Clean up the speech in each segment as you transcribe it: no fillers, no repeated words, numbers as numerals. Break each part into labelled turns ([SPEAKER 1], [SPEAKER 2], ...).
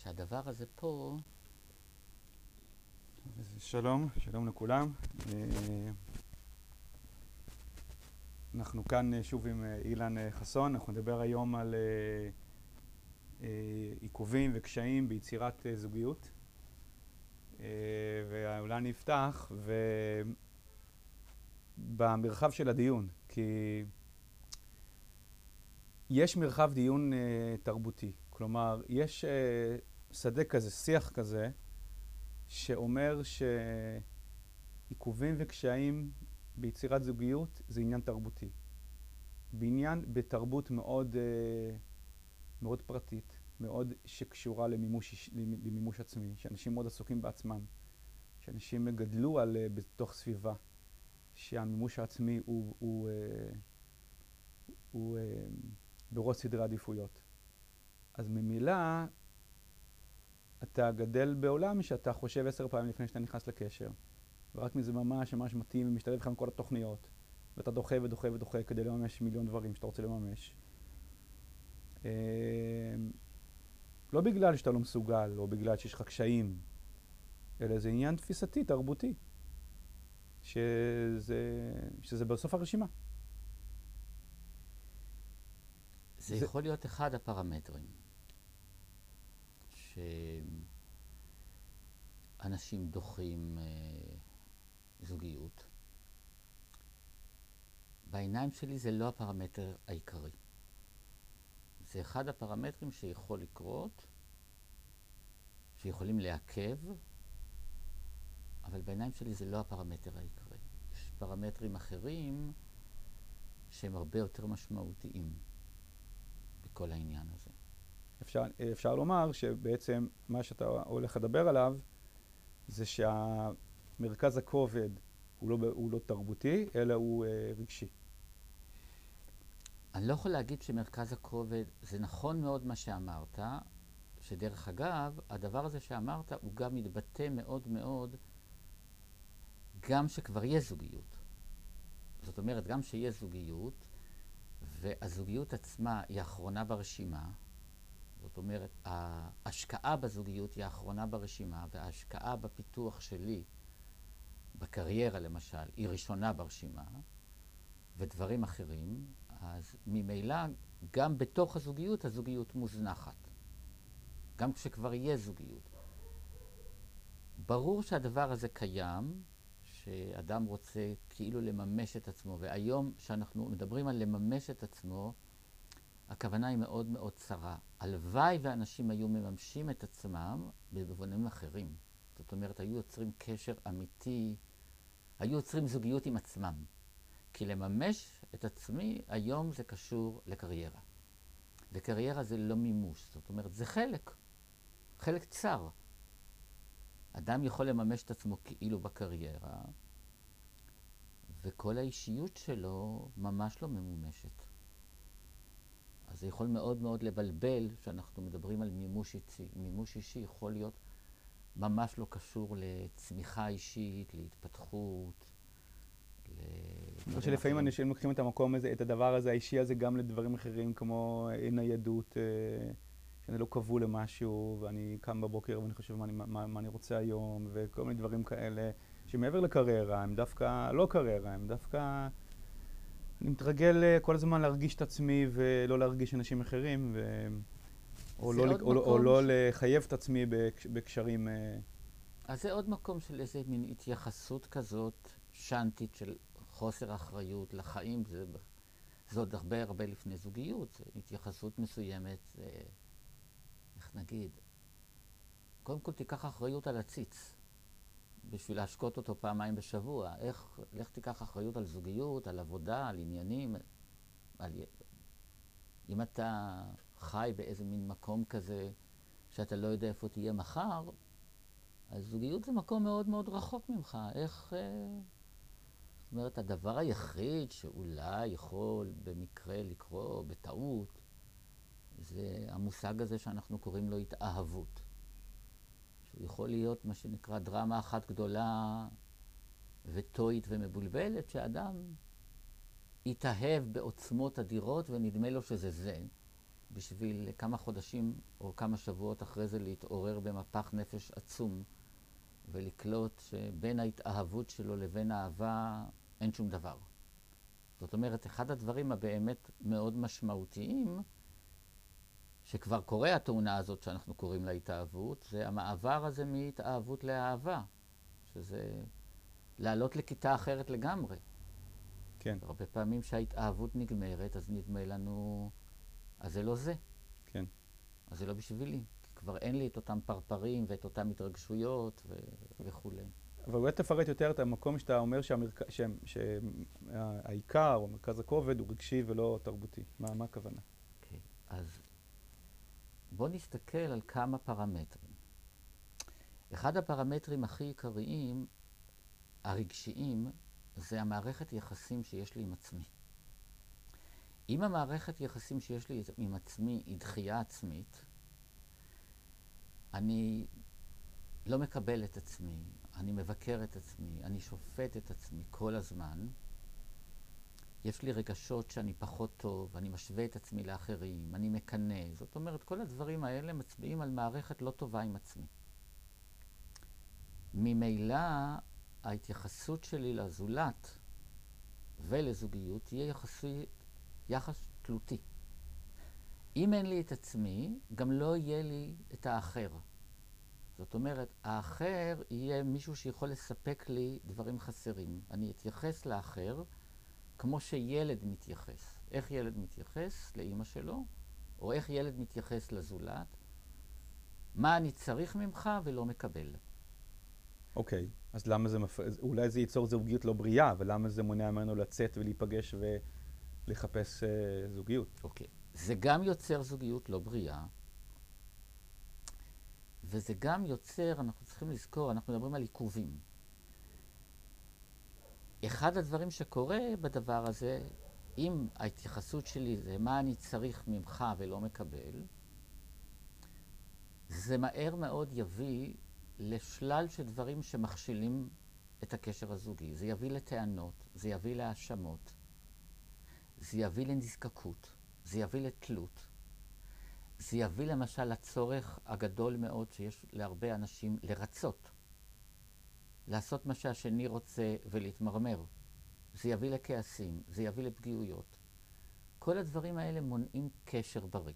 [SPEAKER 1] שהדבר הזה פה...
[SPEAKER 2] שלום, שלום לכולם. אנחנו כאן שוב עם אילן חסון. אנחנו נדבר היום על עיכובים וקשיים ביצירת זוגיות. ואולי נפתח במרחב של הדיון, כי יש מרחב דיון תרבותי. כלומר, יש שדה כזה, שיח כזה, שאומר שעיכובים וקשיים ביצירת זוגיות זה עניין תרבותי. בתרבות מאוד, מאוד פרטית, מאוד שקשורה למימוש עצמי, שאנשים מאוד עסוקים בעצמם, שאנשים גדלו בתוך סביבה, שהמימוש העצמי הוא בראש סדרי עדיפויות. אז ממילא אתה גדל בעולם שאתה חושב 10 פעמים לפני שאתה נכנס לקשר. ורק מזה ממש מתאים ומשתלב לך עם כל התוכניות. ואתה דוחה ודוחה ודוחה כדי לממש מיליון דברים שאתה רוצה לממש. לא בגלל שאתה לא מסוגל, או בגלל שיש לך קשיים, אלא זה עניין תפיסתי, תרבותי. שזה בסוף הרשימה.
[SPEAKER 1] זה יכול להיות אחד הפרמטרים. שאנשים דוחים זוגיות. בעיניים שלי זה לא הפרמטר העיקרי. זה אחד הפרמטרים שיכול לקרות, שיכולים לעכב, אבל בעיניים שלי זה לא הפרמטר העיקרי. יש פרמטרים אחרים שהם הרבה יותר משמעותיים בכל העניין הזה.
[SPEAKER 2] אפשר לומר שבעצם מה שאתה הולך לדבר עליו זה שהמרכז הכובד הוא לא תרבותי, אלא הוא רגשי.
[SPEAKER 1] אני לא יכול להגיד שמרכז הכובד, זה נכון מאוד מה שאמרת, שדרך אגב, הדבר הזה שאמרת הוא גם מתבטא מאוד מאוד גם שכבר יש זוגיות. זאת אומרת, גם שיש זוגיות, והזוגיות עצמה היא האחרונה ברשימה, זאת אומרת, ההשקעה בזוגיות היא האחרונה ברשימה, וההשקעה בפיתוח שלי, בקריירה למשל, היא ראשונה ברשימה, ודברים אחרים, אז ממילא גם בתוך הזוגיות, הזוגיות מוזנחת. גם כשכבר יהיה זוגיות. ברור שהדבר הזה קיים, שאדם רוצה כאילו לממש את עצמו, והיום שאנחנו מדברים על לממש את עצמו, הכוונה היא מאוד מאוד צרה. הלוואי ואנשים היו מממשים את עצמם במובנים אחרים. זאת אומרת, היו יוצרים קשר אמיתי, היו יוצרים זוגיות עם עצמם. כי לממש את עצמי, היום זה קשור לקריירה. וקריירה זה לא מימוש. זאת אומרת, זה חלק צר. אדם יכול לממש את עצמו כאילו בקריירה, וכל האישיות שלו ממש לא ממומשת. אז זה יכול מאוד מאוד לבלבל שאנחנו מדברים על מימוש אישי. מימוש אישי יכול להיות ממש לא קשור לצמיחה אישית, להתפתחות,
[SPEAKER 2] אני חושב שלפעמים אנשים לוקחים את המקום הזה, את הדבר הזה, האישי הזה, גם לדברים אחרים, כמו ניידות, שאני לא קבוע למשהו, ואני קם בבוקר ואני חושב מה אני רוצה היום, וכל מיני דברים כאלה, שמעבר לקריירה, הם דווקא לא קריירה, הם דווקא... אני מתרגל כל הזמן להרגיש את עצמי ולא להרגיש אנשים אחרים, או לא לחייב את עצמי בקשרים.
[SPEAKER 1] אז זה עוד מקום של איזה מין התייחסות כזאת, שנטית של חוסר אחריות לחיים. זה עוד הרבה לפני זוגיות. זה התייחסות מסוימת, איך נגיד, קודם כל תיקח אחריות על הציץ. בשביל להשקות אותו פעמיים בשבוע. לך תיקח אחריות על זוגיות, על עבודה, על עניינים. אם אתה חי באיזה מין מקום כזה שאתה לא יודע איפה תהיה מחר, אז זוגיות זה מקום מאוד מאוד רחוק ממך. זאת אומרת, הדבר היחיד שאולי יכול במקרה לקרוא בטעות, זה המושג הזה שאנחנו קוראים לו התאהבות. שהוא יכול להיות מה שנקרא דרמה אחת גדולה וטועית ומבולבלת, שאדם יתאהב בעוצמות אדירות ונדמה לו שזה זה. בשביל כמה חודשים או כמה שבועות אחרי זה להתעורר במפח נפש עצום, ולקלוט שבין ההתאהבות שלו לבין האהבה אין שום דבר. זאת אומרת, אחד הדברים הבאמת מאוד משמעותיים, שכבר קורה התאונה הזאת שאנחנו קוראים לה התאהבות, זה המעבר הזה מהתאהבות לאהבה, שזה לעלות לכיתה אחרת לגמרי.
[SPEAKER 2] כן.
[SPEAKER 1] הרבה פעמים שההתאהבות נגמרת, אז נדמה לנו, אז זה לא זה.
[SPEAKER 2] כן.
[SPEAKER 1] אז זה לא בשבילי. כי כבר אין לי את אותם פרפרים ואת אותם התרגשויות וכו'.
[SPEAKER 2] אבל אולי תפרט יותר את המקום שאתה אומר שהעיקר או מרכז הכובד הוא רגשי ולא תרבותי. מה הכוונה?
[SPEAKER 1] אוקיי. אז בוא נסתכל על כמה פרמטרים. אחד הפרמטרים הכי עיקריים, הרגשיים, זה המערכת יחסים שיש לי עם עצמי. אם המערכת יחסים שיש לי עם עצמי היא דחייה עצמית, אני לא מקבל את עצמי, אני מבקר את עצמי, אני שופט את עצמי כל הזמן. יש לי רגשות שאני פחות טוב, אני משווה את עצמי לאחרים, אני מקנא. זאת אומרת, כל הדברים האלה מצביעים על מערכת לא טובה עם עצמי. ממילא ההתייחסות שלי לזולת ולזוגיות תהיה יחס תלותי. אם אין לי את עצמי, גם לא יהיה לי את האחר. זאת אומרת, האחר יהיה מישהו שיכול לספק לי דברים חסרים. אני אתייחס לאחר כמו שילד מתייחס. איך ילד מתייחס לאמא שלו, או איך ילד מתייחס לזולת. מה אני צריך ממך ולא מקבל.
[SPEAKER 2] אוקיי, אז למה זה אולי זה ייצור זוגיות לא בריאה, ולמה זה מונע ממנו לצאת ולהיפגש ולחפש זוגיות?
[SPEAKER 1] אוקיי. זה גם יוצר זוגיות לא בריאה, וזה גם יוצר, אנחנו צריכים לזכור, אנחנו מדברים על עיכובים. אחד הדברים שקורה בדבר הזה, אם ההתייחסות שלי זה מה אני צריך ממך ולא מקבל, זה מהר מאוד יביא לשלל של דברים שמכשילים את הקשר הזוגי. זה יביא לטענות, זה יביא להאשמות, זה יביא לנזקקות, זה יביא לתלות. זה יביא למשל לצורך הגדול מאוד שיש להרבה אנשים לרצות. לעשות מה שהשני רוצה ולהתמרמר. זה יביא לכעסים, זה יביא לפגיעויות. כל הדברים האלה מונעים קשר בריא.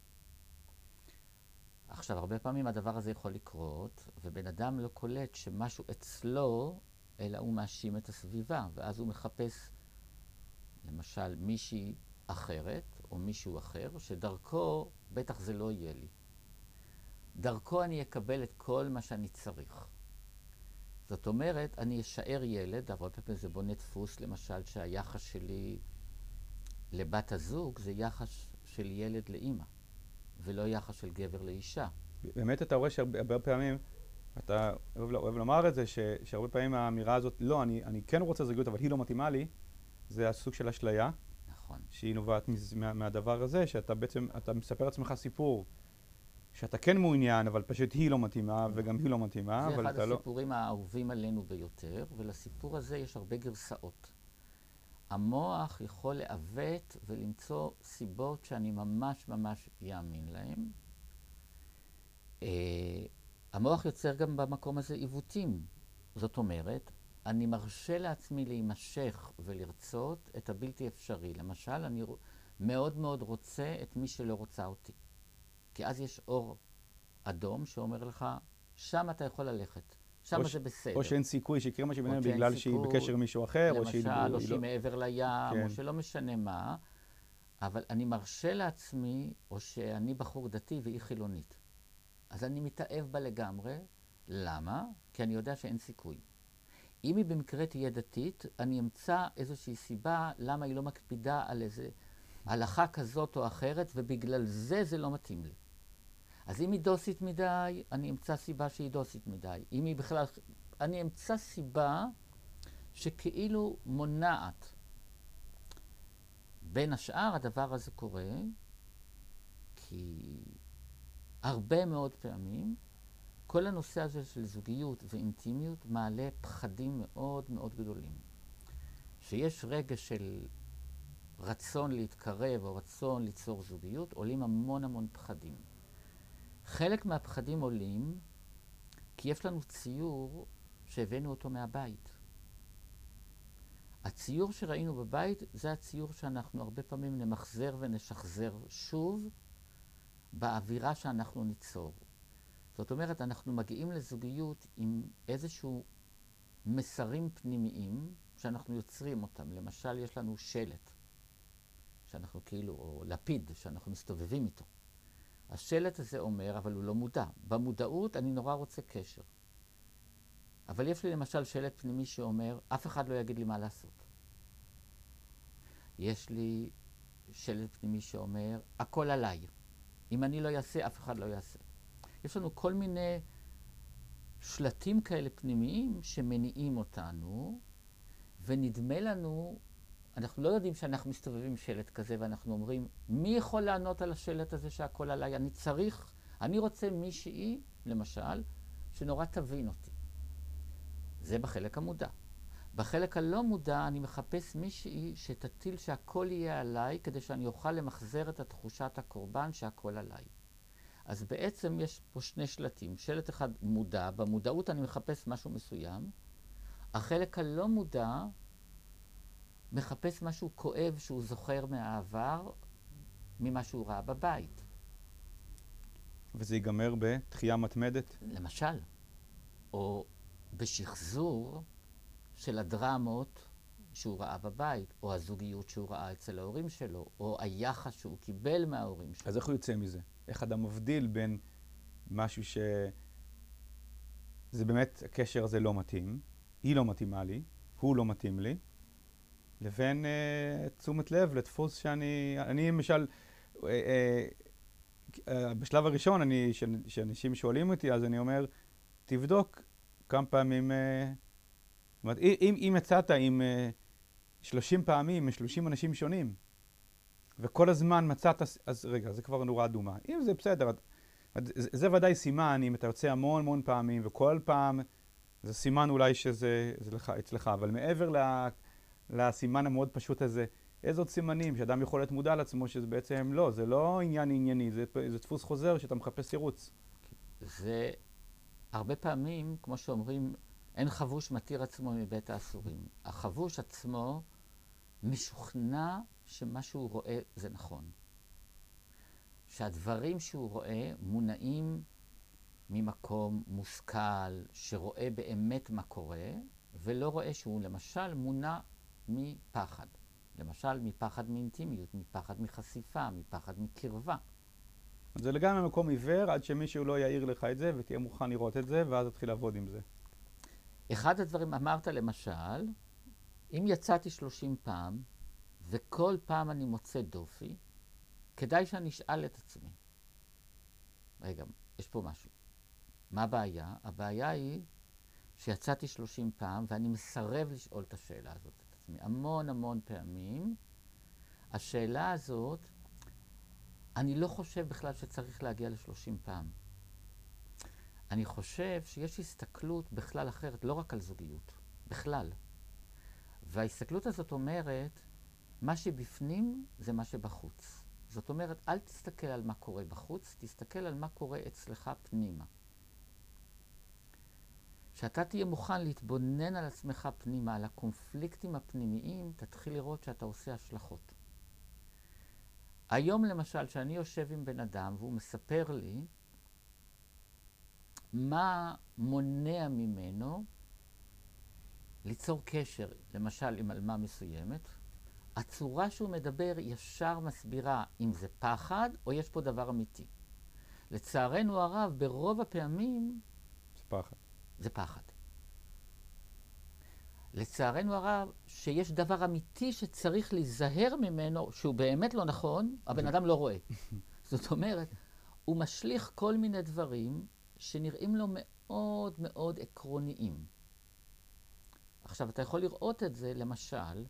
[SPEAKER 1] עכשיו, הרבה פעמים הדבר הזה יכול לקרות, ובן אדם לא קולט שמשהו אצלו, אלא הוא מאשים את הסביבה, ואז הוא מחפש, למשל, מישהי אחרת, או מישהו אחר, שדרכו, בטח זה לא יהיה לי. דרכו אני אקבל את כל מה שאני צריך. זאת אומרת, אני אשאר ילד, הרבה פעמים זה בונה דפוס, למשל, שהיחס שלי לבת הזוג זה יחס של ילד לאמא, ולא יחס של גבר לאישה.
[SPEAKER 2] באמת אתה רואה שהרבה פעמים, אתה אוהב לומר את זה, שהרבה פעמים האמירה הזאת, לא, אני כן רוצה זוגיות, אבל היא לא מתאימה לי, זה הסוג של אשליה.
[SPEAKER 1] נכון.
[SPEAKER 2] שהיא נובעת מהדבר הזה, שאתה בעצם, אתה מספר לעצמך סיפור, שאתה כן מעוניין, אבל פשוט היא לא מתאימה, וגם היא לא מתאימה, אבל אתה לא...
[SPEAKER 1] זה אחד הסיפורים האהובים עלינו ביותר, ולסיפור הזה יש הרבה גרסאות. המוח יכול לעוות ולמצוא סיבות שאני ממש ממש יאמין להן. המוח יוצר גם במקום הזה עיוותים. זאת אומרת, אני מרשה לעצמי להימשך ולרצות את הבלתי אפשרי. למשל, אני מאוד מאוד רוצה את מי שלא רוצה אותי. כי אז יש אור אדום שאומר לך, שם אתה יכול ללכת. שם זה בסדר.
[SPEAKER 2] או שאין סיכוי שיקרה משהו בינינו בגלל שהיא בקשר עם מישהו אחר, או שהיא...
[SPEAKER 1] למשל, או שהיא מעבר לים, או שלא משנה מה. אבל אני מרשה לעצמי, או שאני בחור דתי והיא חילונית. אז אני מתאהב בה לגמרי. למה? כי אני יודע שאין סיכוי. אם היא במקרה תהיה דתית, אני אמצא איזושהי סיבה למה היא לא מקפידה על איזה הלכה כזאת או אחרת, ובגלל זה זה לא מתאים לי. אז אם היא דוסית מדי, אני אמצא סיבה שהיא דוסית מדי. אם היא בכלל... אני אמצא סיבה שכאילו מונעת. בין השאר, הדבר הזה קורה, כי הרבה מאוד פעמים, כל הנושא הזה של זוגיות ואינטימיות מעלה פחדים מאוד מאוד גדולים. שיש רגע של רצון להתקרב או רצון ליצור זוגיות, עולים המון המון פחדים. חלק מהפחדים עולים כי יש לנו ציור שהבאנו אותו מהבית. הציור שראינו בבית זה הציור שאנחנו הרבה פעמים נמחזר ונשחזר שוב באווירה שאנחנו ניצור. זאת אומרת, אנחנו מגיעים לזוגיות עם איזשהו מסרים פנימיים שאנחנו יוצרים אותם. למשל, יש לנו שלט, שאנחנו כאילו, או לפיד, שאנחנו מסתובבים איתו. השלט הזה אומר, אבל הוא לא מודע. במודעות אני נורא רוצה קשר. אבל יש לי למשל שלט פנימי שאומר, אף אחד לא יגיד לי מה לעשות. יש לי שלט פנימי שאומר, הכל עליי. אם אני לא אעשה, אף אחד לא יעשה. יש לנו כל מיני שלטים כאלה פנימיים שמניעים אותנו, ונדמה לנו, אנחנו לא יודעים שאנחנו מסתובבים שלט כזה, ואנחנו אומרים, מי יכול לענות על השלט הזה שהכל עליי? אני רוצה מישהי, למשל, שנורא תבין אותי. זה בחלק המודע. בחלק הלא מודע אני מחפש מישהי שתטיל שהכל יהיה עליי, כדי שאני אוכל למחזר את התחושת הקורבן שהכל עליי. אז בעצם יש פה שני שלטים. שלט אחד מודע, במודעות אני מחפש משהו מסוים. החלק הלא מודע מחפש משהו כואב שהוא זוכר מהעבר, ממה שהוא ראה בבית.
[SPEAKER 2] וזה ייגמר בתחייה מתמדת?
[SPEAKER 1] למשל. או בשחזור של הדרמות שהוא ראה בבית, או הזוגיות שהוא ראה אצל ההורים שלו, או היחס שהוא קיבל מההורים שלו.
[SPEAKER 2] אז איך הוא יוצא מזה? איך אדם מבדיל בין משהו זה באמת, הקשר הזה לא מתאים, היא לא מתאימה לי, הוא לא מתאים לי, לבין תשומת לב לדפוס אני למשל, בשלב הראשון, שאנשים שואלים אותי, אז אני אומר, תבדוק כמה פעמים, זאת אומרת, אם יצאת עם 30 פעמים, עם 30 אנשים שונים, וכל הזמן מצאת, אז רגע, זה כבר נורא אדומה. אם זה בסדר, זה ודאי סימן, אם אתה יוצא המון המון פעמים, וכל פעם זה סימן אולי שזה אצלך, אבל מעבר לסימן המאוד פשוט הזה, איזה עוד סימנים שאדם יכול להיות מודע לעצמו, שזה בעצם לא, זה לא עניין ענייני, זה דפוס חוזר שאתה מחפש תירוץ.
[SPEAKER 1] זה הרבה פעמים, כמו שאומרים, אין חבוש מתיר עצמו מבית האסורים. החבוש עצמו משוכנע שמה שהוא רואה זה נכון. שהדברים שהוא רואה מונעים ממקום מושכל, שרואה באמת מה קורה, ולא רואה שהוא למשל מונע מפחד. למשל מפחד מאינטימיות, מפחד מחשיפה, מפחד מקרבה.
[SPEAKER 2] זה לגמרי מקום עיוור עד שמישהו לא יעיר לך את זה ותהיה מוכן לראות את זה, ואז תתחיל לעבוד עם זה.
[SPEAKER 1] אחד הדברים אמרת למשל, אם יצאתי 30 פעם, וכל פעם אני מוצא דופי, כדאי שאני אשאל את עצמי. רגע, יש פה משהו. מה הבעיה? הבעיה היא שיצאתי 30 פעם, ואני מסרב לשאול את השאלה הזאת את עצמי. המון המון פעמים, השאלה הזאת, אני לא חושב בכלל שצריך להגיע ל-30 פעם. אני חושב שיש הסתכלות בכלל אחרת, לא רק על זוגיות, בכלל. וההסתכלות הזאת אומרת, מה שבפנים זה מה שבחוץ. זאת אומרת, אל תסתכל על מה קורה בחוץ, תסתכל על מה קורה אצלך פנימה. כשאתה תהיה מוכן להתבונן על עצמך פנימה, על הקונפליקטים הפנימיים, תתחיל לראות שאתה עושה השלכות. היום למשל, שאני יושב עם בן אדם והוא מספר לי מה מונע ממנו ליצור קשר, למשל עם אלמה מסוימת, הצורה שהוא מדבר ישר מסבירה אם זה פחד או יש פה דבר אמיתי. לצערנו הרב, ברוב הפעמים
[SPEAKER 2] זה פחד.
[SPEAKER 1] זה פחד. לצערנו הרב, שיש דבר אמיתי שצריך להיזהר ממנו, שהוא באמת לא נכון, הבן אדם לא רואה. זאת אומרת, הוא משליך כל מיני דברים שנראים לו מאוד מאוד עקרוניים. עכשיו, אתה יכול לראות את זה, למשל,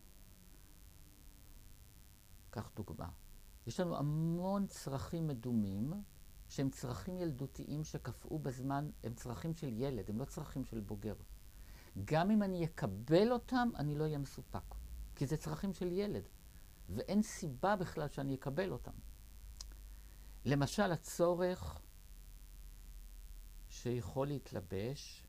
[SPEAKER 1] כך דוגמה. יש לנו המון צרכים מדומים, שהם צרכים ילדותיים שקפאו בזמן, הם צרכים של ילד, הם לא צרכים של בוגר. גם אם אני אקבל אותם, אני לא אהיה מסופק, כי זה צרכים של ילד. ואין סיבה בכלל שאני אקבל אותם. למשל, הצורך שיכול להתלבש,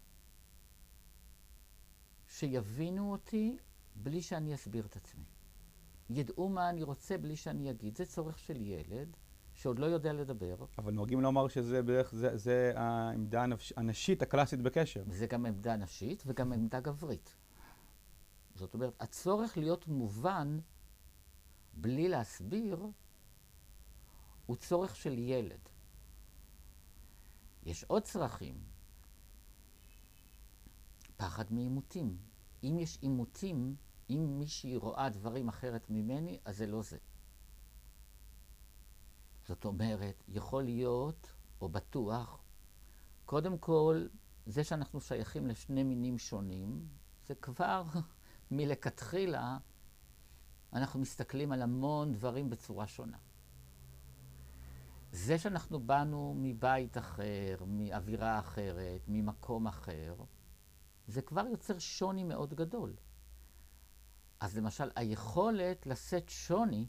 [SPEAKER 1] שיבינו אותי בלי שאני אסביר את עצמי. ידעו מה אני רוצה בלי שאני אגיד. זה צורך של ילד שעוד לא יודע לדבר.
[SPEAKER 2] אבל נוהגים לומר שזה בערך, זה העמדה הנשית הקלאסית בקשר.
[SPEAKER 1] זה גם עמדה נשית וגם עמדה גברית. זאת אומרת, הצורך להיות מובן בלי להסביר הוא צורך של ילד. יש עוד צרכים. פחד מעימותים. אם יש עימותים, אם מישהי רואה דברים אחרת ממני, אז זה לא זה. זאת אומרת, יכול להיות, או בטוח, קודם כל, זה שאנחנו שייכים לשני מינים שונים, זה כבר מלכתחילה, אנחנו מסתכלים על המון דברים בצורה שונה. זה שאנחנו באנו מבית אחר, מאווירה אחרת, ממקום אחר, זה כבר יוצר שוני מאוד גדול. אז למשל, היכולת לשאת שוני,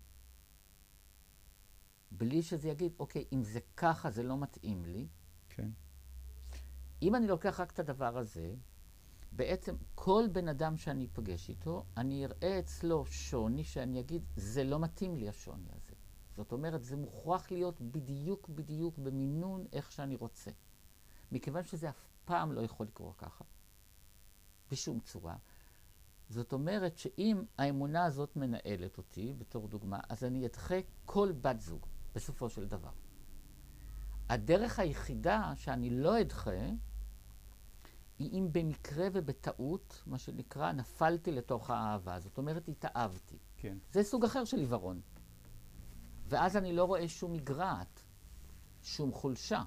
[SPEAKER 1] בלי שזה יגיד, אוקיי, אם זה ככה, זה לא מתאים לי.
[SPEAKER 2] כן.
[SPEAKER 1] אם אני לוקח רק את הדבר הזה, בעצם כל בן אדם שאני אפגש איתו, אני אראה אצלו שוני שאני אגיד, זה לא מתאים לי השוני הזה. זאת אומרת, זה מוכרח להיות בדיוק במינון איך שאני רוצה. מכיוון שזה אף פעם לא יכול לקרות ככה. בשום צורה. זאת אומרת שאם האמונה הזאת מנהלת אותי, בתור דוגמה, אז אני אדחה כל בת זוג, בסופו של דבר. הדרך היחידה שאני לא אדחה, היא אם במקרה ובטעות, מה שנקרא, נפלתי לתוך האהבה. זאת אומרת, התאהבתי.
[SPEAKER 2] כן.
[SPEAKER 1] זה סוג אחר של עיוורון. ואז אני לא רואה שום מגרעת, שום חולשה.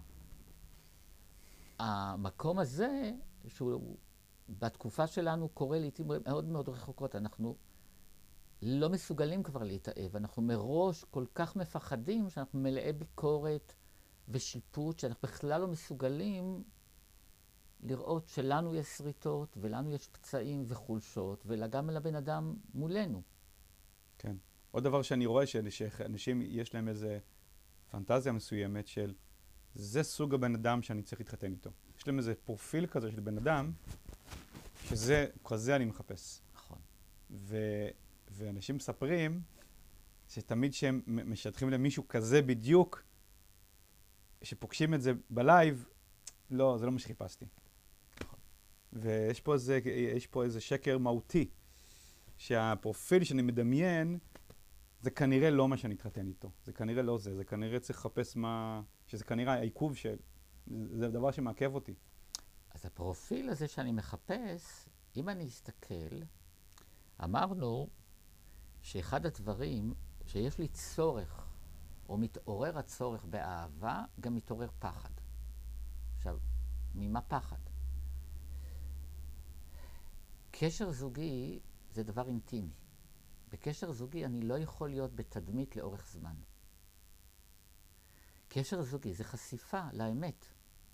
[SPEAKER 1] המקום הזה, שהוא בתקופה שלנו קורה לעתים מאוד מאוד רחוקות, אנחנו לא מסוגלים כבר להתאהב. אנחנו מראש כל כך מפחדים שאנחנו מלאי ביקורת ושיפוט, שאנחנו בכלל לא מסוגלים לראות שלנו יש שריטות ולנו יש פצעים וחולשות, וגם לבן אדם מולנו.
[SPEAKER 2] כן. עוד דבר שאני רואה, שאנשים יש להם איזו פנטזיה מסוימת של זה סוג הבן אדם שאני צריך להתחתן איתו. יש להם איזה פרופיל כזה של בן אדם, שזה, כזה אני מחפש.
[SPEAKER 1] נכון.
[SPEAKER 2] ואנשים מספרים שתמיד שהם משטחים למישהו כזה בדיוק, שפוגשים את זה בלייב, לא, זה לא מה שחיפשתי.
[SPEAKER 1] נכון.
[SPEAKER 2] ויש פה איזה שקר מהותי, שהפרופיל שאני מדמיין, זה כנראה לא מה שאני אתחתן איתו. זה כנראה לא זה. זה כנראה צריך לחפש מה... שזה כנראה העיכוב של... זה דבר שמעכב אותי.
[SPEAKER 1] אז הפרופיל הזה שאני מחפש, אם אני אסתכל, אמרנו שאחד הדברים שיש לי צורך, או מתעורר הצורך באהבה, גם מתעורר פחד. עכשיו, ממה פחד? קשר זוגי זה דבר אינטימי. בקשר זוגי אני לא יכול להיות בתדמית לאורך זמן. קשר זוגי זה חשיפה לאמת.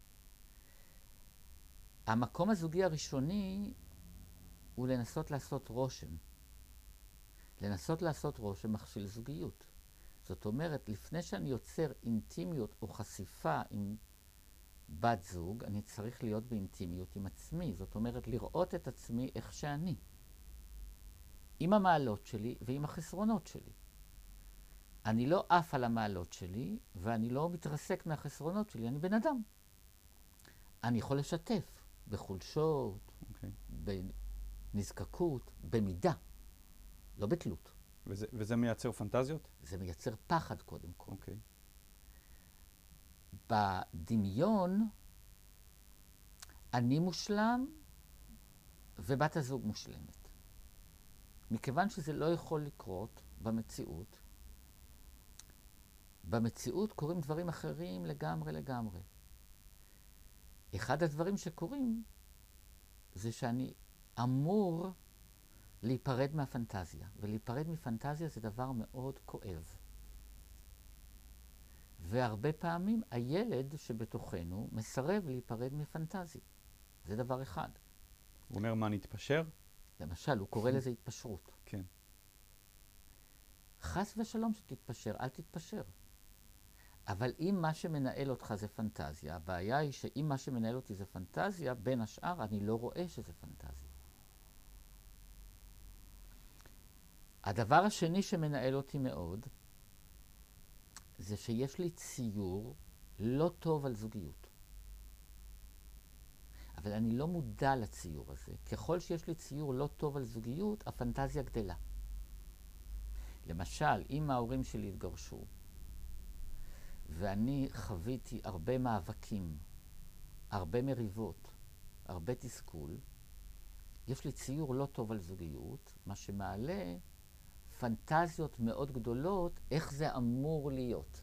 [SPEAKER 1] המקום הזוגי הראשוני הוא לנסות לעשות רושם. לנסות לעשות רושם מכשיל זוגיות. זאת אומרת, לפני שאני יוצר אינטימיות או חשיפה עם בת זוג, אני צריך להיות באינטימיות עם עצמי. זאת אומרת, לראות את עצמי איך שאני. עם המעלות שלי ועם החסרונות שלי. אני לא עף על המעלות שלי, ואני לא מתרסק מהחסרונות שלי, אני בן אדם. אני יכול לשתף בחולשות, בנזקקות, במידה, לא בתלות.
[SPEAKER 2] וזה מייצר פנטזיות?
[SPEAKER 1] זה מייצר פחד קודם כל.
[SPEAKER 2] אוקיי.
[SPEAKER 1] בדמיון, אני מושלם ובת הזוג מושלמת. מכיוון שזה לא יכול לקרות במציאות, במציאות קורים דברים אחרים לגמרי. אחד הדברים שקורים זה שאני אמור להיפרד מהפנטזיה, ולהיפרד מפנטזיה זה דבר מאוד כואב. והרבה פעמים הילד שבתוכנו מסרב להיפרד מפנטזיה. זה דבר אחד.
[SPEAKER 2] הוא אומר מה, נתפשר?
[SPEAKER 1] למשל, הוא קורא לזה התפשרות.
[SPEAKER 2] כן.
[SPEAKER 1] חס ושלום שתתפשר, אל תתפשר. אבל אם מה שמנהל אותך זה פנטזיה, הבעיה היא שאם מה שמנהל אותי זה פנטזיה, בין השאר אני לא רואה שזה פנטזיה. הדבר השני שמנהל אותי מאוד, זה שיש לי ציור לא טוב על זוגיות. אבל אני לא מודע לציור הזה. ככל שיש לי ציור לא טוב על זוגיות, הפנטזיה גדלה. למשל, אם ההורים שלי התגרשו, ואני חוויתי הרבה מאבקים, הרבה מריבות, הרבה תסכול, יש לי ציור לא טוב על זוגיות, מה שמעלה פנטזיות מאוד גדולות, איך זה אמור להיות.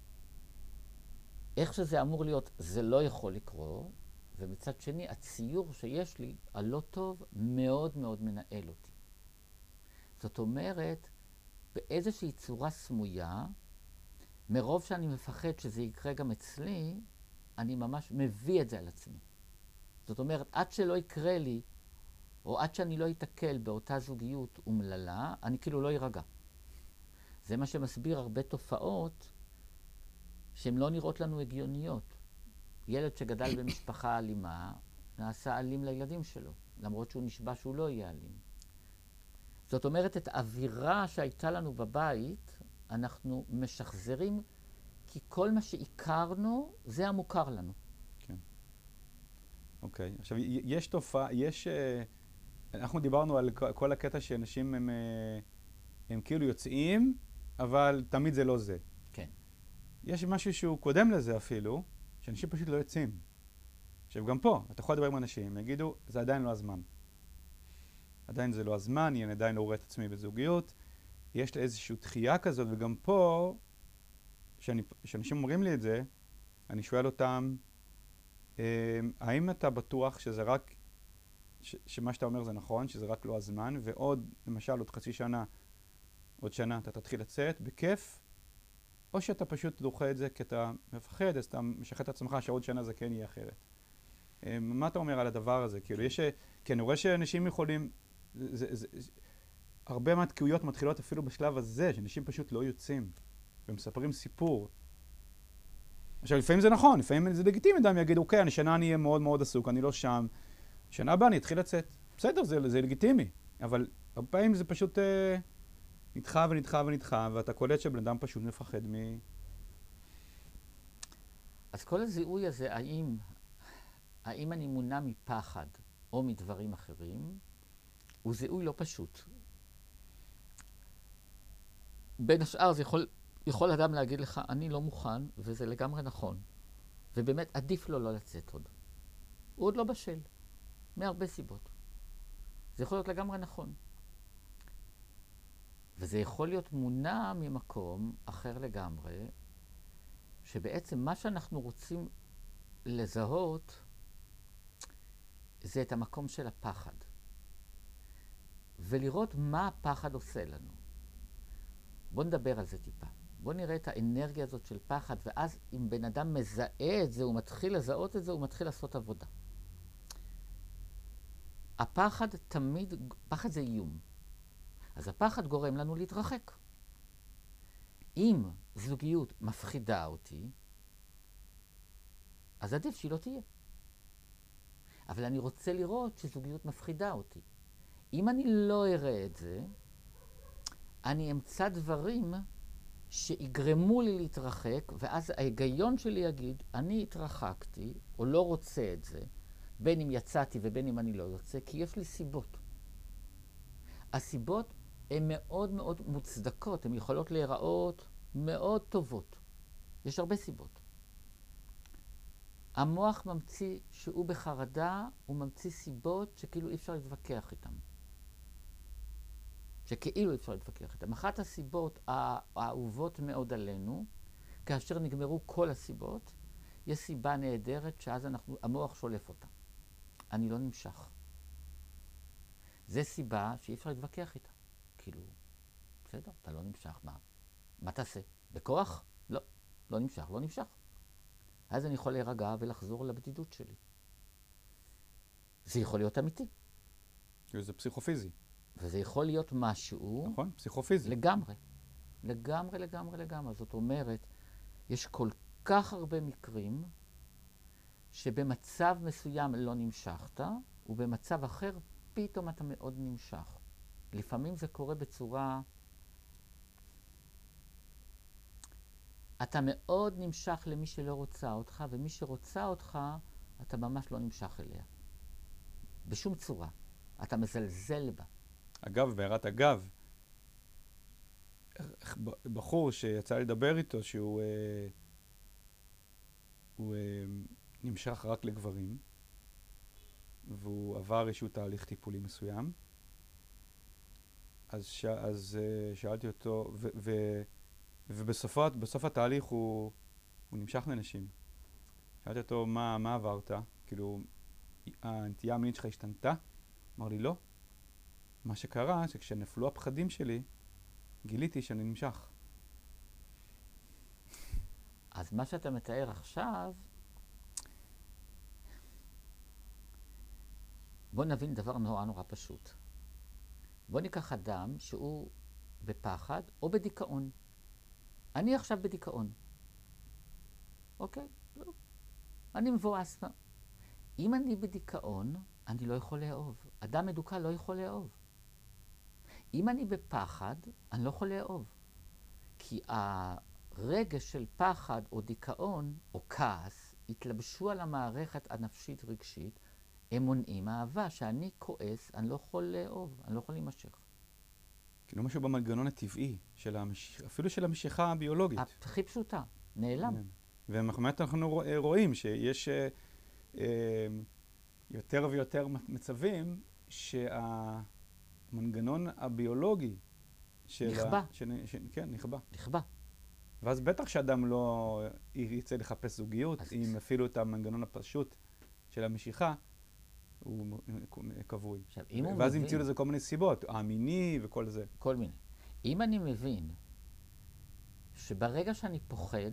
[SPEAKER 1] איך שזה אמור להיות, זה לא יכול לקרות, ומצד שני, הציור שיש לי, הלא טוב, מאוד מאוד מנהל אותי. זאת אומרת, באיזושהי צורה סמויה, מרוב שאני מפחד שזה יקרה גם אצלי, אני ממש מביא את זה על עצמי. זאת אומרת, עד שלא יקרה לי, או עד שאני לא אתקל באותה זוגיות אומללה, אני כאילו לא יירגע. זה מה שמסביר הרבה תופעות שהן לא נראות לנו הגיוניות. ילד שגדל במשפחה אלימה, נעשה אלים לילדים שלו, למרות שהוא נשבע שהוא לא יהיה אלים. זאת אומרת, את האווירה שהייתה לנו בבית, אנחנו משחזרים, כי כל מה שהכרנו, זה המוכר לנו.
[SPEAKER 2] כן. אוקיי. עכשיו, יש תופעה, אנחנו דיברנו על כל הקטע שאנשים הם כאילו יוצאים, אבל תמיד זה לא זה.
[SPEAKER 1] כן.
[SPEAKER 2] יש משהו שהוא קודם לזה אפילו, שאנשים פשוט לא יוצאים. עכשיו, גם פה, אתה יכול לדבר עם אנשים, יגידו, זה עדיין לא הזמן. עדיין זה לא הזמן, אני עדיין לא רואה את עצמי בזוגיות. יש לי איזושהי דחייה כזאת, וגם פה, כשאנשים אומרים לי את זה, אני שואל אותם, האם אתה בטוח שזה רק, שמה שאתה אומר זה נכון, שזה רק לא הזמן, ועוד, למשל, עוד חצי שנה, עוד שנה, אתה תתחיל לצאת בכיף, או שאתה פשוט דוחה את זה כי אתה מפחד, אז אתה משחרר את עצמך שעוד שנה זה כן יהיה אחרת. מה אתה אומר על הדבר הזה? כאילו, כי אני רואה שאנשים יכולים, הרבה מהתקיעויות מתחילות אפילו בשלב הזה, שאנשים פשוט לא יוצאים, ומספרים סיפור. עכשיו, לפעמים זה נכון, לפעמים זה לגיטימי, אדם יגיד, אוקיי, השנה אני אהיה מאוד מאוד עסוק, אני לא שם, שנה הבאה אני אתחיל לצאת. בסדר, זה לגיטימי, אבל הרבה פעמים זה פשוט נדחה ונדחה ונדחה, ואתה קולט שבן אדם פשוט מפחד
[SPEAKER 1] אז כל הזיהוי הזה, האם אני מונע מפחד או מדברים אחרים, הוא זיהוי לא פשוט. בין השאר זה יכול אדם להגיד לך, אני לא מוכן, וזה לגמרי נכון. ובאמת עדיף לו לא לצאת עוד. הוא עוד לא בשל, מהרבה סיבות. זה יכול להיות לגמרי נכון. וזה יכול להיות מונע ממקום אחר לגמרי, שבעצם מה שאנחנו רוצים לזהות, זה את המקום של הפחד. ולראות מה הפחד עושה לנו. בוא נדבר על זה טיפה. בוא נראה את האנרגיה הזאת של פחד, ואז אם בן אדם מזהה את זה, הוא מתחיל לזהות את זה, הוא מתחיל לעשות עבודה. הפחד תמיד, פחד זה איום. אז הפחד גורם לנו להתרחק. אם זוגיות מפחידה אותי, אז עדיף שהיא לא תהיה. אבל אני רוצה לראות שזוגיות מפחידה אותי. אם אני לא אראה את זה, אני אמצא דברים שיגרמו לי להתרחק, ואז ההיגיון שלי יגיד, אני התרחקתי, או לא רוצה את זה, בין אם יצאתי ובין אם אני לא יוצא, כי יש לי סיבות. הסיבות הן מאוד מאוד מוצדקות, הן יכולות להיראות מאוד טובות. יש הרבה סיבות. המוח ממציא שהוא בחרדה, הוא ממציא סיבות שכאילו אי אפשר להתווכח איתן. שכאילו אי אפשר להתווכח איתן. אחת הסיבות האהובות מאוד עלינו, כאשר נגמרו כל הסיבות, יש סיבה נהדרת שאז המוח שולף אותה. אני לא נמשך. זה סיבה שאי אפשר להתווכח איתה. כאילו, בסדר, אתה לא נמשך, מה תעשה? בכוח? לא, לא נמשך, לא נמשך. אז אני יכול להירגע ולחזור לבדידות שלי. זה יכול להיות אמיתי.
[SPEAKER 2] זה פסיכופיזי.
[SPEAKER 1] וזה יכול להיות משהו...
[SPEAKER 2] נכון, פסיכופיזי.
[SPEAKER 1] לגמרי. לגמרי, לגמרי, לגמרי. זאת אומרת, יש כל כך הרבה מקרים שבמצב מסוים לא נמשכת, ובמצב אחר פתאום אתה מאוד נמשך. לפעמים זה קורה בצורה... אתה מאוד נמשך למי שלא רוצה אותך, ומי שרוצה אותך, אתה ממש לא נמשך אליה. בשום צורה. אתה מזלזל בה.
[SPEAKER 2] אגב, בהערת אגב, בחור שיצא לדבר איתו שהוא נמשך רק לגברים, והוא עבר איזשהו תהליך טיפולי מסוים, אז שאלתי אותו, ובסוף התהליך הוא נמשך לנשים. שאלתי אותו, מה עברת? כאילו, הנטייה המינית שלך השתנתה? אמר לי, לא. מה שקרה, שכשנפלו הפחדים שלי, גיליתי שאני נמשך.
[SPEAKER 1] אז מה שאתה מתאר עכשיו, בוא נבין דבר נורא נורא פשוט. בוא ניקח אדם שהוא בפחד או בדיכאון. אני עכשיו בדיכאון. אוקיי? לא. אני מבואס. אם אני בדיכאון, אני לא יכול לאהוב. אדם מדוכא לא יכול לאהוב. אם אני בפחד, אני לא יכול לאהוב. כי הרגש של פחד או דיכאון או כעס התלבשו על המערכת הנפשית רגשית, הם מונעים אהבה. שאני כועס, אני לא יכול לאהוב, אני לא יכול להימשך.
[SPEAKER 2] כאילו משהו במנגנון הטבעי, אפילו של המשיכה הביולוגית.
[SPEAKER 1] הכי פשוטה, נעלם.
[SPEAKER 2] ובאמת אנחנו רואים שיש יותר ויותר מצבים שהמנגנון הביולוגי
[SPEAKER 1] נכבה.
[SPEAKER 2] כן, נכבה.
[SPEAKER 1] נכבה.
[SPEAKER 2] ואז בטח שאדם לא ירצה לחפש זוגיות, אם אפילו את המנגנון הפשוט של המשיכה, הוא קבוי. ואז המציאו לזה כל מיני סיבות, המיני וכל זה.
[SPEAKER 1] כל מיני. אם אני מבין שברגע שאני פוחד,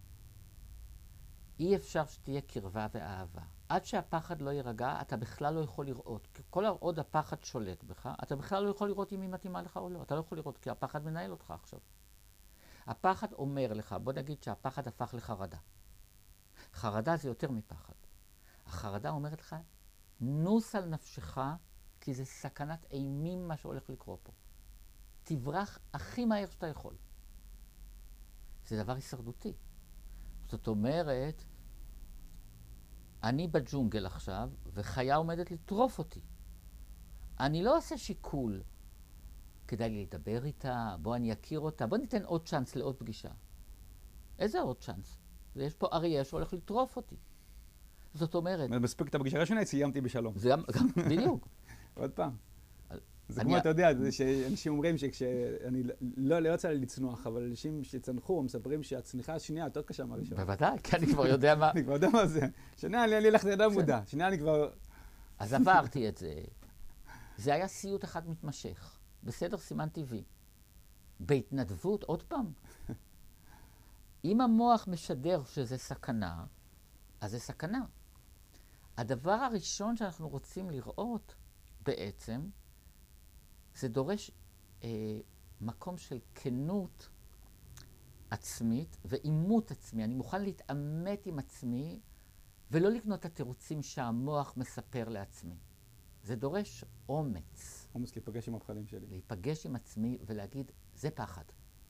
[SPEAKER 1] אי אפשר שתהיה קרבה ואהבה. עד שהפחד לא יירגע, אתה בכלל לא יכול לראות. כל עוד הפחד שולט בך, אתה בכלל לא יכול לראות אם היא מתאימה לך או לא. אתה לא יכול לראות, כי הפחד מנהל אותך עכשיו. הפחד אומר לך, בוא נגיד שהפחד הפך לחרדה. חרדה זה יותר מפחד. החרדה אומרת לך, נוס על נפשך, כי זה סכנת אימים מה שהולך לקרות פה. תברח הכי מהר שאתה יכול. זה דבר הישרדותי. זאת אומרת, אני בג'ונגל עכשיו, וחיה עומדת לטרוף אותי. אני לא עושה שיקול. כדאי לי לדבר איתה, בוא אני אכיר אותה, בוא ניתן עוד צ'אנס לעוד פגישה. איזה עוד צ'אנס? יש פה אריה שהולך לטרוף אותי. זאת אומרת...
[SPEAKER 2] מספיק את הפגישה הראשונה, סיימתי בשלום.
[SPEAKER 1] זה גם, בדיוק.
[SPEAKER 2] עוד פעם. זה כמו, אתה יודע, זה שאנשים אומרים שאני לא יוצא לי לצנוח, אבל אנשים שצנחו מספרים שהצניחה השנייה יותר קשה מהראשונה.
[SPEAKER 1] בוודאי, כי אני כבר יודע מה...
[SPEAKER 2] אני כבר יודע מה זה. שנייה, אני הלכתי לידיים מודע. שנייה, אני כבר...
[SPEAKER 1] אז עברתי את זה. זה היה סיוט אחד מתמשך. בסדר, סימן טבעי. בהתנדבות, עוד פעם. אם המוח משדר שזה סכנה, אז זה סכנה. הדבר הראשון שאנחנו רוצים לראות בעצם, זה דורש מקום של כנות עצמית ואימות עצמי. אני מוכן להתעמת עם עצמי ולא לקנות את התירוצים שהמוח מספר לעצמי. זה דורש אומץ.
[SPEAKER 2] אומץ להיפגש עם הפחדים שלי.
[SPEAKER 1] להיפגש עם עצמי ולהגיד, זה פחד.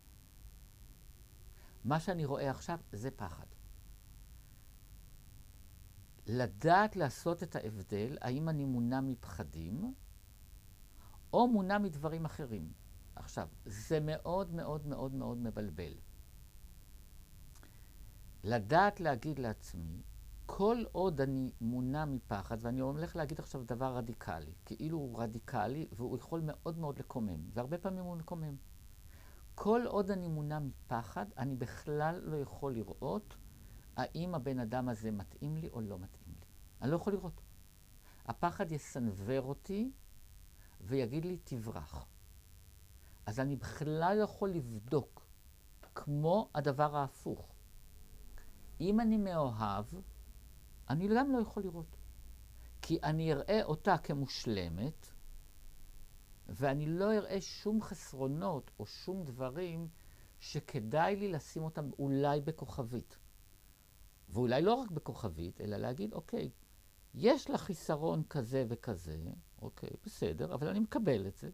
[SPEAKER 1] מה שאני רואה עכשיו זה פחד. לדעת לעשות את ההבדל, האם אני מונע מפחדים, או מונע מדברים אחרים. עכשיו, זה מאוד מאוד מאוד מאוד מבלבל. לדעת להגיד לעצמי, כל עוד אני מונע מפחד, ואני הולך להגיד עכשיו דבר רדיקלי, כאילו הוא רדיקלי, והוא יכול מאוד מאוד לקומם, והרבה פעמים הוא לקומם. כל עוד אני מונע מפחד, אני בכלל לא יכול לראות האם הבן אדם הזה מתאים לי או לא מתאים לי. אני לא יכול לראות. הפחד יסנבר אותי ויגיד לי, תברח. אז אני בכלל לא יכול לבדוק, כמו הדבר ההפוך. אם אני מאוהב, אני גם לא יכול לראות. כי אני אראה אותה כמושלמת, ואני לא אראה שום חסרונות או שום דברים שכדאי לי לשים אותם אולי בכוכבית. ואולי לא רק בכוכבית, אלא להגיד, אוקיי, יש לה חיסרון כזה וכזה, אוקיי, בסדר, אבל אני מקבל את זה.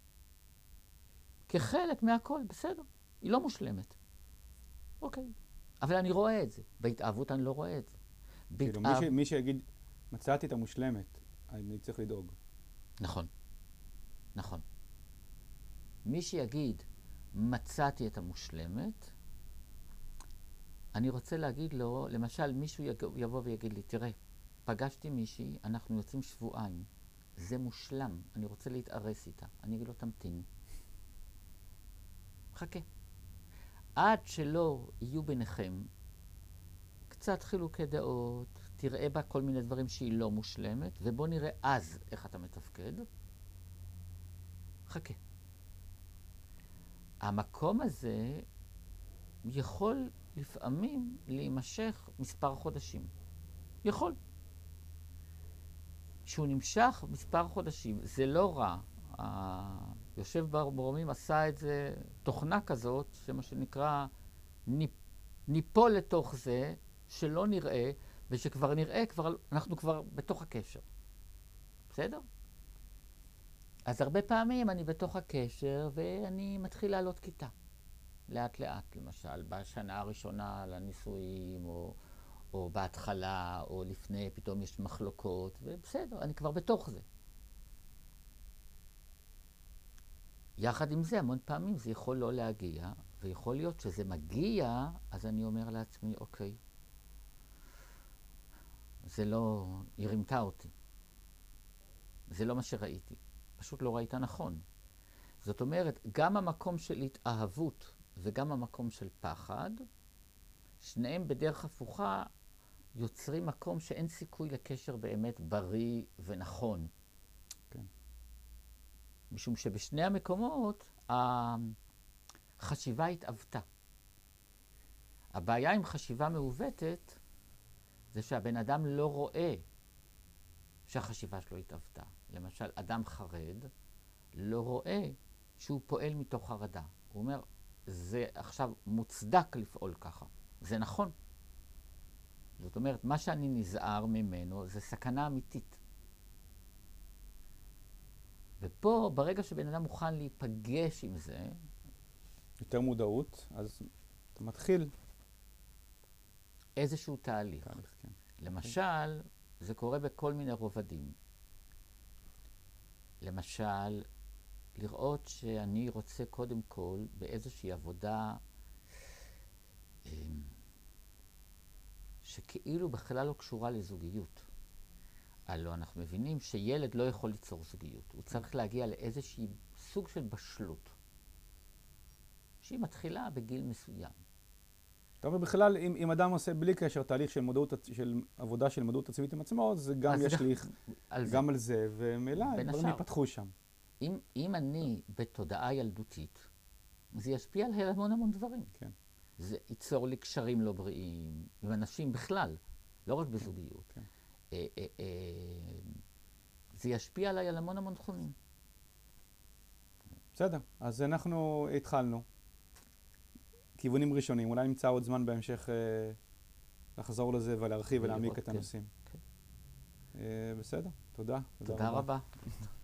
[SPEAKER 1] כחלק מהכל, בסדר. היא לא מושלמת. אוקיי. אבל אני רואה את זה. בהתאהבות אני לא רואה את זה.
[SPEAKER 2] כאילו, מי שיגיד, מצאתי את המושלמת, אני צריך לדאוג.
[SPEAKER 1] נכון. נכון. מי שיגיד, מצאתי את המושלמת, אני רוצה להגיד לו, למשל, מישהו יבוא ויגיד לי, תראה, פגשתי מישהי, אנחנו יוצאים שבועיים. זה מושלם, אני רוצה להתארס איתה. אני אגיד לו, תמתין. חכה. עד שלא יהיו ביניכם קצת חילוקי דעות, תראה בה כל מיני דברים שהיא לא מושלמת, ובוא נראה אז איך אתה מתפקד. חכה. המקום הזה יכול לפעמים להימשך מספר חודשים. יכול. כשהוא נמשך מספר חודשים, זה לא רע. היושב ברומים עשה את זה, תוכנה כזאת, שמה שנקרא, ניפול לתוך זה, שלא נראה, ושכבר נראה, אנחנו כבר בתוך הקשר. בסדר? אז הרבה פעמים אני בתוך הקשר, ואני מתחיל לעלות כיתה. לאט לאט, למשל, בשנה הראשונה לנישואים, או בהתחלה, או לפני, פתאום יש מחלוקות, ובסדר, אני כבר בתוך זה. יחד עם זה, המון פעמים זה יכול לא להגיע, ויכול להיות שזה מגיע, אז אני אומר לעצמי, אוקיי, זה לא, היא רימתה אותי. זה לא מה שראיתי. פשוט לא ראית נכון. זאת אומרת, גם המקום של התאהבות וגם המקום של פחד, שניהם בדרך הפוכה יוצרים מקום שאין סיכוי לקשר באמת בריא ונכון.
[SPEAKER 2] כן.
[SPEAKER 1] משום שבשני המקומות החשיבה התאבתה. הבעיה עם חשיבה מעוותת זה שהבן אדם לא רואה שהחשיבה שלו התאבתה. למשל, אדם חרד לא רואה שהוא פועל מתוך חרדה. הוא אומר, זה עכשיו מוצדק לפעול ככה. זה נכון. זאת אומרת, מה שאני נזהר ממנו זה סכנה אמיתית. ופה, ברגע שבן אדם מוכן להיפגש עם זה,
[SPEAKER 2] יותר מודעות, אז אתה מתחיל.
[SPEAKER 1] איזשהו תהליך.
[SPEAKER 2] כן.
[SPEAKER 1] למשל, זה קורה בכל מיני רובדים. למשל, לראות שאני רוצה קודם כל באיזושהי עבודה שכאילו בכלל לא קשורה לזוגיות. הלוא אנחנו מבינים שילד לא יכול ליצור זוגיות. הוא צריך להגיע לאיזושהי סוג של בשלות, שהיא מתחילה בגיל מסוים.
[SPEAKER 2] אתה אומר בכלל, אם אדם עושה בלי קשר תהליך של עבודה של מודעות עצמית עם עצמו, זה גם ישליך גם על זה, ומילא דברים ייפתחו שם.
[SPEAKER 1] אם אני בתודעה ילדותית, זה ישפיע על המון דברים. כן. זה ייצור לי קשרים לא בריאים, עם אנשים בכלל, לא רק בזוגיות. כן. זה ישפיע עליי על המון תחומים.
[SPEAKER 2] בסדר, אז אנחנו התחלנו. כיוונים ראשונים, אולי נמצא עוד זמן בהמשך לחזור לזה ולהרחיב ולהעמיק את הנושאים. בסדר, תודה.
[SPEAKER 1] תודה רבה.